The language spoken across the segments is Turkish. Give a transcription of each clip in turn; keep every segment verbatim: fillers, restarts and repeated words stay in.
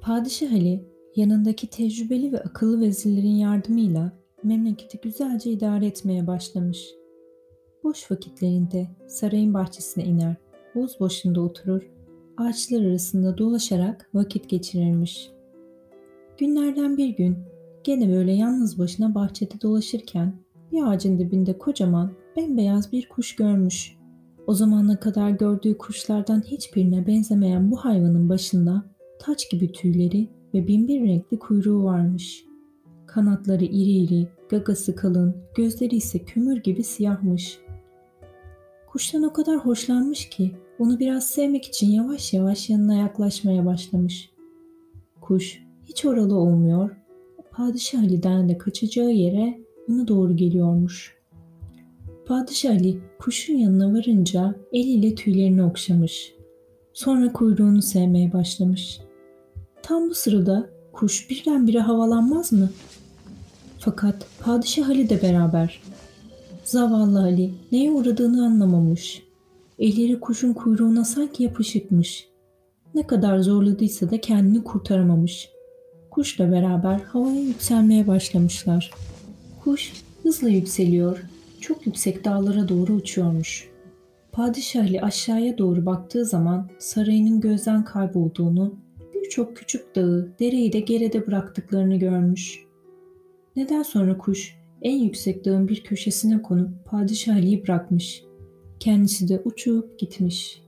Padişah Ali, yanındaki tecrübeli ve akıllı vezirlerin yardımıyla memleketi güzelce idare etmeye başlamış. Boş vakitlerinde sarayın bahçesine iner, havuz başında oturur, ağaçlar arasında dolaşarak vakit geçirirmiş. Günlerden bir gün gene böyle yalnız başına bahçede dolaşırken bir ağacın dibinde kocaman bembeyaz bir kuş görmüş. O zamana kadar gördüğü kuşlardan hiçbirine benzemeyen bu hayvanın başında taç gibi tüyleri ve binbir renkli kuyruğu varmış. Kanatları iri iri, gagası kalın, gözleri ise kömür gibi siyahmış. Kuştan o kadar hoşlanmış ki onu biraz sevmek için yavaş yavaş yanına yaklaşmaya başlamış. Kuş hiç oralı olmuyor, Padişah Ali'den de kaçacağı yere ona doğru geliyormuş. Padişah Ali kuşun yanına varınca eliyle tüylerini okşamış. Sonra kuyruğunu sevmeye başlamış. Tam bu sırada kuş birdenbire havalanmaz mı? Fakat Padişah Ali de beraber. Zavallı Ali neye uğradığını anlamamış. Elleri kuşun kuyruğuna sanki yapışıkmış. Ne kadar zorladıysa da kendini kurtaramamış. Kuşla beraber havaya yükselmeye başlamışlar. Kuş hızla yükseliyor, çok yüksek dağlara doğru uçuyormuş. Padişah Ali aşağıya doğru baktığı zaman sarayının gözden kaybolduğunu, birçok küçük dağı, dereyi de geride bıraktıklarını görmüş. Neden sonra kuş en yüksek dağın bir köşesine konup Padişah Ali'yi bırakmış. Kendisi de uçup gitmiş.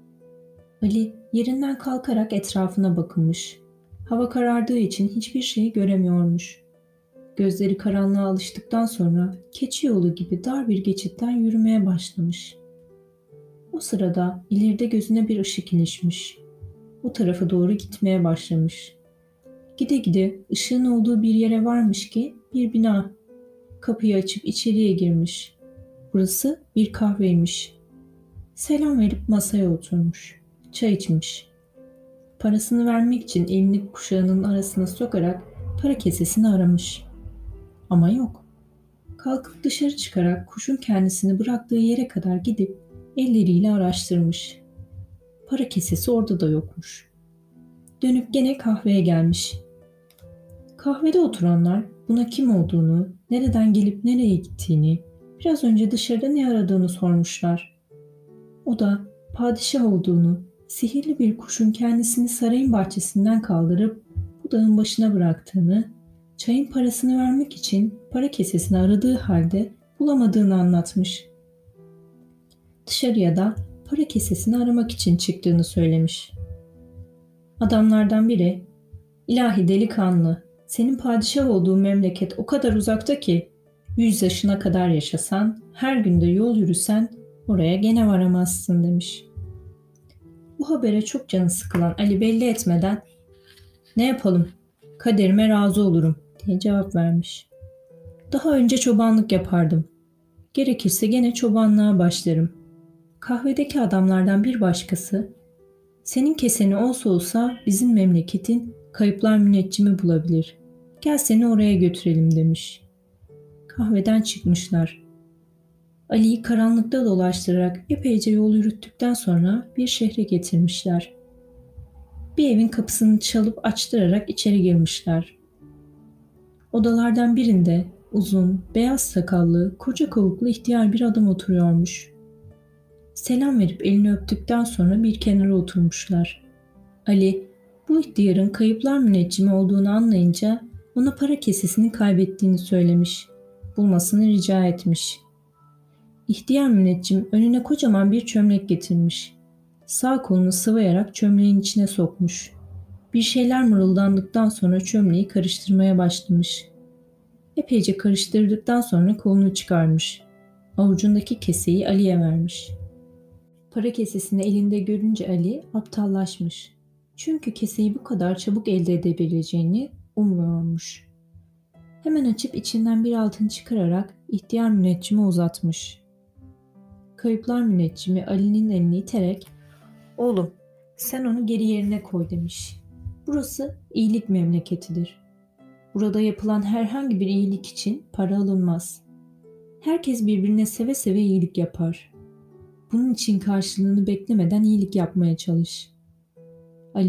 Ali yerinden kalkarak etrafına bakınmış. Hava karardığı için hiçbir şeyi göremiyormuş. Gözleri karanlığa alıştıktan sonra keçi yolu gibi dar bir geçitten yürümeye başlamış. O sırada ileride gözüne bir ışık ilişmiş. O tarafa doğru gitmeye başlamış. Gide gide ışığın olduğu bir yere varmış ki bir bina. Kapıyı açıp içeriye girmiş. Burası bir kahveymiş. Selam verip masaya oturmuş. Çay içmiş. Parasını vermek için elini kuşağının arasına sokarak para kesesini aramış. Ama yok. Kalkıp dışarı çıkarak kuşun kendisini bıraktığı yere kadar gidip elleriyle araştırmış. Para kesesi orada da yokmuş. Dönüp gene kahveye gelmiş. Kahvede oturanlar buna kim olduğunu, nereden gelip nereye gittiğini, biraz önce dışarıda ne aradığını sormuşlar. O da padişah olduğunu, sihirli bir kuşun kendisini sarayın bahçesinden kaldırıp bu dağın başına bıraktığını, çayın parasını vermek için para kesesini aradığı halde bulamadığını anlatmış. Dışarıya da para kesesini aramak için çıktığını söylemiş. Adamlardan biri, "İlahi delikanlı, senin padişah olduğun memleket o kadar uzakta ki yüz yaşına kadar yaşasan, her günde yol yürüsen oraya gene varamazsın," demiş. Bu habere çok canı sıkılan Ali belli etmeden "Ne yapalım, kaderime razı olurum," diye cevap vermiş. "Daha önce çobanlık yapardım. Gerekirse gene çobanlığa başlarım." Kahvedeki adamlardan bir başkası, "Senin keseni olsa olsa bizim memleketin kayıplar müneccimi bulabilir. Gel seni oraya götürelim," demiş. Kahveden çıkmışlar. Ali'yi karanlıkta dolaştırarak epeyce yol yürüttükten sonra bir şehre getirmişler. Bir evin kapısını çalıp açtırarak içeri girmişler. Odalardan birinde uzun, beyaz sakallı, koca kavuklu ihtiyar bir adam oturuyormuş. Selam verip elini öptükten sonra bir kenara oturmuşlar. Ali, bu ihtiyarın kayıplar müneccimi olduğunu anlayınca ona para kesesini kaybettiğini söylemiş. Bulmasını rica etmiş. İhtiyar müneccim önüne kocaman bir çömlek getirmiş. Sağ kolunu sıvayarak çömleğin içine sokmuş. Bir şeyler mırıldandıktan sonra çömleği karıştırmaya başlamış. Epeyce karıştırdıktan sonra kolunu çıkarmış. Avucundaki keseyi Ali'ye vermiş. Para kesesini elinde görünce Ali aptallaşmış. Çünkü keseyi bu kadar çabuk elde edebileceğini ummuyormuş. Hemen açıp içinden bir altın çıkararak ihtiyar müneccime uzatmış. Kayıplar müneccimi Ali'nin elini iterek "Oğlum, sen onu geri yerine koy," demiş. "Burası iyilik memleketidir. Burada yapılan herhangi bir iyilik için para alınmaz. Herkes birbirine seve seve iyilik yapar. Bunun için karşılığını beklemeden iyilik yapmaya çalış." Ali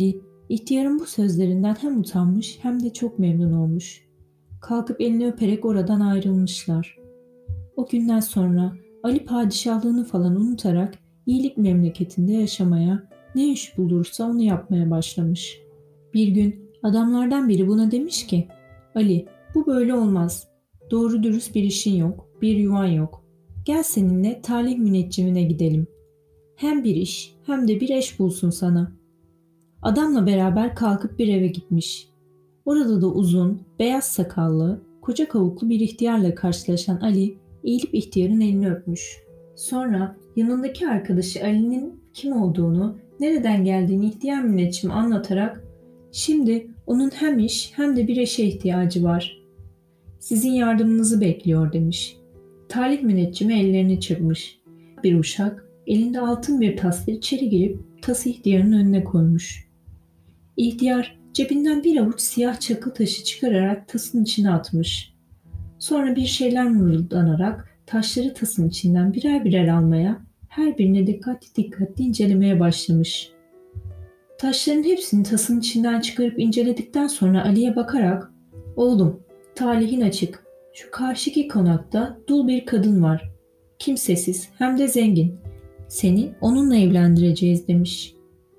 İhtiyarın bu sözlerinden hem utanmış hem de çok memnun olmuş. Kalkıp elini öperek oradan ayrılmışlar. O günden sonra Ali padişahlığını falan unutarak iyilik memleketinde yaşamaya, ne iş bulursa onu yapmaya başlamış. Bir gün adamlardan biri buna demiş ki, Ali, bu böyle olmaz. Doğru dürüst bir işin yok, bir yuvan yok. Gel seninle talih müneccimine gidelim. Hem bir iş hem de bir eş bulsun sana. Adamla beraber kalkıp bir eve gitmiş. Orada da uzun, beyaz sakallı, koca kavuklu bir ihtiyarla karşılaşan Ali eğilip ihtiyarın elini öpmüş. Sonra yanındaki arkadaşı Ali'nin kim olduğunu, nereden geldiğini ihtiyar müneccim anlatarak şimdi onun hem iş hem de bir eşe ihtiyacı var. Sizin yardımınızı bekliyor demiş. Talih müneccimi ellerini çırpmış. Bir uşak elinde altın bir tasla içeri girip tası ihtiyarın önüne koymuş. İhtiyar cebinden bir avuç siyah çakıl taşı çıkararak tasın içine atmış. Sonra bir şeyler mırıldanarak taşları tasın içinden birer birer almaya, her birine dikkatli dikkatli incelemeye başlamış. Taşların hepsini tasın içinden çıkarıp inceledikten sonra Ali'ye bakarak, "Oğlum, talihin açık. Şu karşıki konakta dul bir kadın var. Kimsesiz hem de zengin. Seni onunla evlendireceğiz." demiş.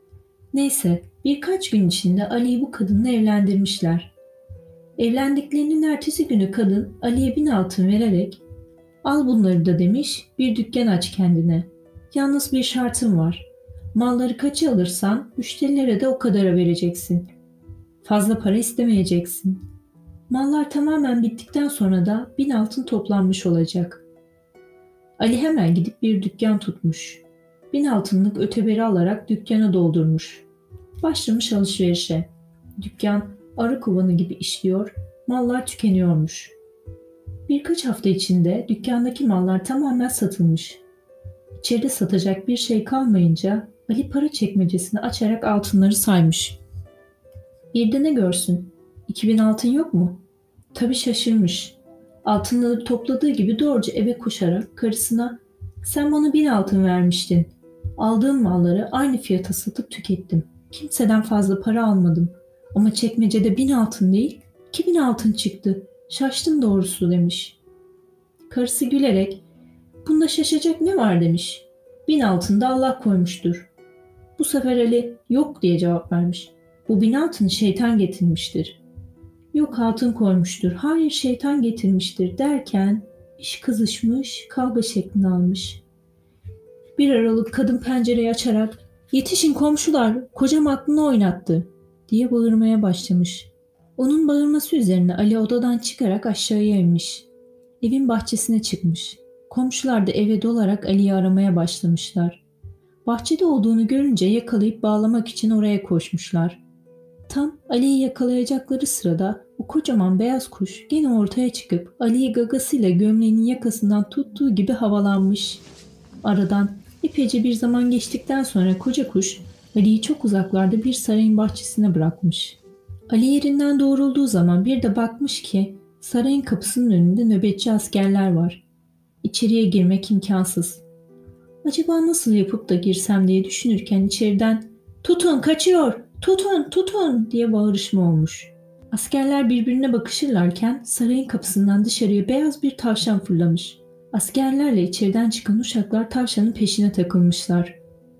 Neyse, birkaç gün içinde Ali'yi bu kadınla evlendirmişler. Evlendiklerinin ertesi günü kadın Ali'ye bin altın vererek, "Al bunları da," demiş, "bir dükkan aç kendine. Yalnız bir şartım var. Malları kaça alırsan müşterilere de o kadara vereceksin. Fazla para istemeyeceksin. Mallar tamamen bittikten sonra da bin altın toplanmış olacak." Ali hemen gidip bir dükkan tutmuş. Bin altınlık öteberi alarak dükkanı doldurmuş. Başlamış alışverişe. Dükkan arı kovanı gibi işliyor, mallar tükeniyormuş. Birkaç hafta içinde dükkandaki mallar tamamen satılmış. İçeride satacak bir şey kalmayınca Ali para çekmecesini açarak altınları saymış. Bir de ne görsün? iki bin altın yok mu? Tabii şaşırmış. Altınları topladığı gibi doğruca eve koşarak karısına, "Sen bana bin altın vermiştin. Aldığım malları aynı fiyata satıp tükettim. Kimseden fazla para almadım. Ama çekmecede bin altın değil, iki bin altın çıktı. Şaştım doğrusu," demiş. Karısı gülerek, "Bunda şaşacak ne var?" demiş. "Bin altın da Allah koymuştur." Bu sefer Ali, "Yok," diye cevap vermiş. "Bu bin altını şeytan getirmiştir." "Yok, hatun koymuştur. Hayır, şeytan getirmiştir," derken iş kızışmış, kavga şeklini almış. Bir aralık kadın pencereyi açarak, "Yetişin komşular, kocam aklını oynattı," diye bağırmaya başlamış. Onun bağırması üzerine Ali odadan çıkarak aşağıya inmiş. Evin bahçesine çıkmış. Komşular da eve dolarak Ali'yi aramaya başlamışlar. Bahçede olduğunu görünce yakalayıp bağlamak için oraya koşmuşlar. Tam Ali'yi yakalayacakları sırada o kocaman beyaz kuş gene ortaya çıkıp Ali'yi gagasıyla gömleğinin yakasından tuttuğu gibi havalanmış. Aradan epeyce bir zaman geçtikten sonra koca kuş Ali'yi çok uzaklarda bir sarayın bahçesine bırakmış. Ali yerinden doğrulduğu zaman bir de bakmış ki sarayın kapısının önünde nöbetçi askerler var. İçeriye girmek imkansız. Acaba nasıl yapıp da girsem diye düşünürken içeriden, "Tutun, kaçıyor! Tutun, tutun!" diye bağırışma olmuş. Askerler birbirine bakışırlarken sarayın kapısından dışarıya beyaz bir tavşan fırlamış. Askerlerle içeriden çıkan uşaklar tavşanın peşine takılmışlar.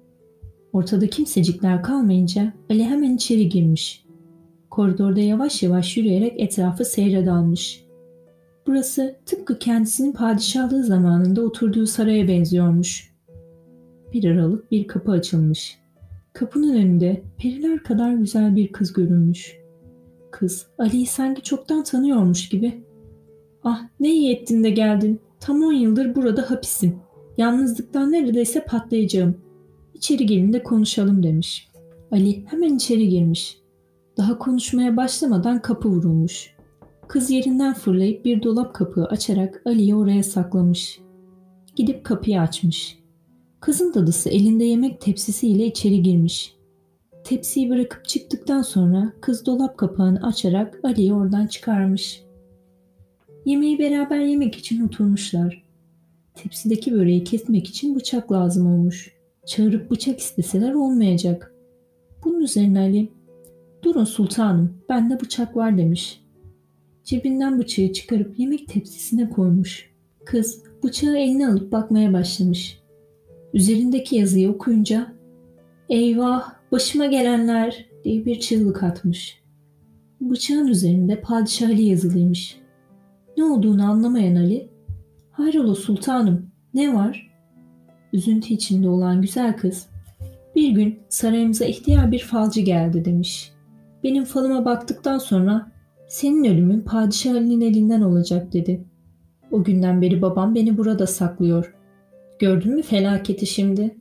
Ortada kimsecikler kalmayınca Ali hemen içeri girmiş. Koridorda yavaş yavaş yürüyerek etrafı seyre dalmış. Burası tıpkı kendisinin padişahlığı zamanında oturduğu saraya benziyormuş. Bir aralık bir kapı açılmış. Kapının önünde periler kadar güzel bir kız görünmüş. Kız Ali'yi sanki çoktan tanıyormuş gibi, "Ah, ne iyi ettin de geldin. Tam on yıldır burada hapisim. Yalnızlıktan neredeyse patlayacağım. İçeri gelin de konuşalım," demiş. Ali hemen içeri girmiş. Daha konuşmaya başlamadan kapı vurulmuş. Kız yerinden fırlayıp bir dolap kapağı açarak Ali'yi oraya saklamış. Gidip kapıyı açmış. Kızın dadısı elinde yemek tepsisiyle içeri girmiş. Tepsiyi bırakıp çıktıktan sonra kız dolap kapağını açarak Ali'yi oradan çıkarmış. Yemeği beraber yemek için oturmuşlar. Tepsideki böreği kesmek için bıçak lazım olmuş. Çağırıp bıçak isteseler olmayacak. Bunun üzerine Ali, Durun sultanım, bende bıçak var demiş. Cebinden bıçağı çıkarıp yemek tepsisine koymuş. Kız bıçağı eline alıp bakmaya başlamış. Üzerindeki yazıyı okuyunca "Eyvah, başıma gelenler!" diye bir çığlık atmış. Bıçağın üzerinde Padişah Ali yazılıymış. Ne olduğunu anlamayan Ali, "Hayrola sultanım, ne var?" Üzüntü içinde olan güzel kız, "Bir gün sarayımıza ihtiyar bir falcı geldi," demiş. "Benim falıma baktıktan sonra senin ölümün Padişah Ali'nin elinden olacak," dedi. "O günden beri babam beni burada saklıyor. Gördün mü felaketi şimdi?"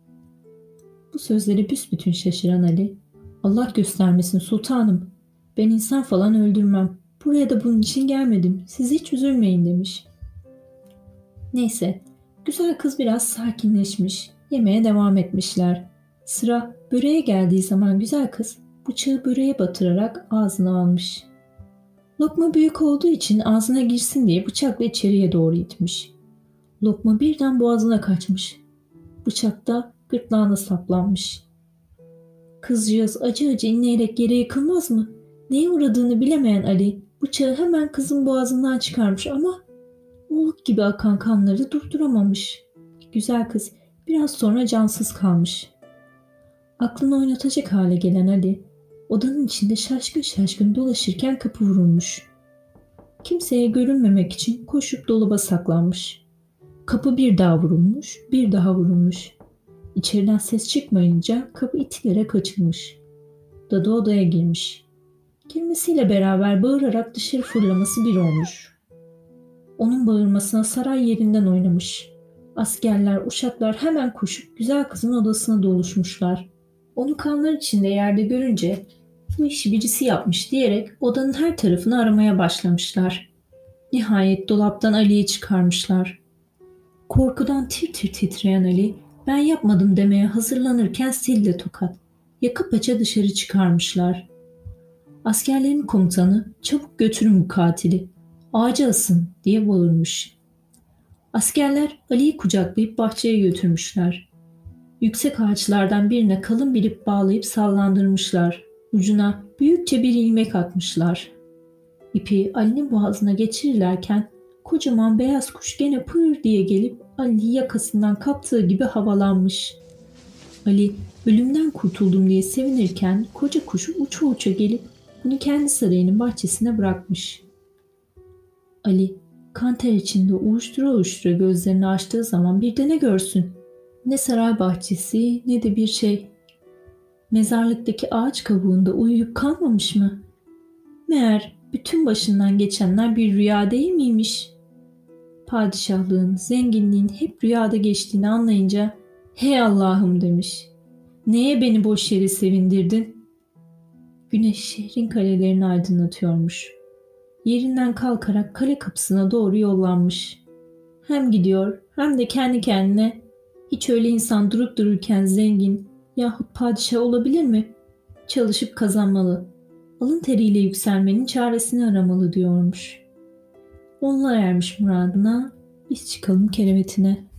Bu sözleri büsbütün şaşıran Ali, "Allah göstermesin sultanım. Ben insan falan öldürmem. Buraya da bunun için gelmedim. Siz hiç üzülmeyin," demiş. Neyse, güzel kız biraz sakinleşmiş. Yemeğe devam etmişler. Sıra böreğe geldiği zaman güzel kız bıçağı böreğe batırarak ağzına almış. Lokma büyük olduğu için ağzına girsin diye bıçakla içeriye doğru itmiş. Lokma birden boğazına kaçmış. Bıçak da gırtlağına saplanmış. Kızcağız acı acı inleyerek yere yıkılmaz mı? Neye uğradığını bilemeyen Ali bıçağı hemen kızın boğazından çıkarmış ama oluk gibi akan kanları durduramamış. Güzel kız biraz sonra cansız kalmış. Aklını oynatacak hale gelen Ali odanın içinde şaşkın şaşkın dolaşırken kapı vurulmuş. Kimseye görünmemek için koşup dolaba saklanmış. Kapı bir daha vurulmuş, bir daha vurulmuş. İçeriden ses çıkmayınca kapı itilerek açılmış. Dadı odaya girmiş. Girmesiyle beraber bağırarak dışarı fırlaması bir olmuş. Onun bağırmasına saray yerinden oynamış. Askerler, uşaklar hemen koşup güzel kızın odasına doluşmuşlar. Onu kanlar içinde yerde görünce bu işi birisi yapmış diyerek odanın her tarafını aramaya başlamışlar. Nihayet dolaptan Ali'yi çıkarmışlar. Korkudan tir tir titreyen Ali, "Ben yapmadım," demeye hazırlanırken sille tokat, yaka paça dışarı çıkarmışlar. Askerlerin komutanı, "Çabuk götürün bu katili, ağaca asın," diye bağırmış. Askerler Ali'yi kucaklayıp bahçeye götürmüşler. Yüksek ağaçlardan birine kalın bir ip bağlayıp sallandırmışlar. Ucuna büyükçe bir ilmek atmışlar. İpi Ali'nin boğazına geçirirlerken kocaman beyaz kuş gene pır diye gelip Ali'yi yakasından kaptığı gibi havalanmış. Ali ölümden kurtuldum diye sevinirken koca kuş uça uça gelip bunu kendi sarayının bahçesine bırakmış. Ali kan ter içinde uyuştura uyuştura gözlerini açtığı zaman bir de ne görsün? Ne saray bahçesi ne de bir şey. Mezarlıktaki ağaç kabuğunda uyuyup kalmamış mı? Meğer bütün başından geçenler bir rüya değil miymiş? Padişahlığın, zenginliğin hep rüyada geçtiğini anlayınca "Hey Allah'ım," demiş. "Neye beni boş yere sevindirdin?" Güneş şehrin kalelerini aydınlatıyormuş. Yerinden kalkarak kale kapısına doğru yollanmış. Hem gidiyor hem de kendi kendine, "Hiç öyle insan durup dururken zengin yahut padişah olabilir mi? Çalışıp kazanmalı. Alın teriyle yükselmenin çaresini aramalı," diyormuş. Onlar ermiş muradına, biz çıkalım kerevetine.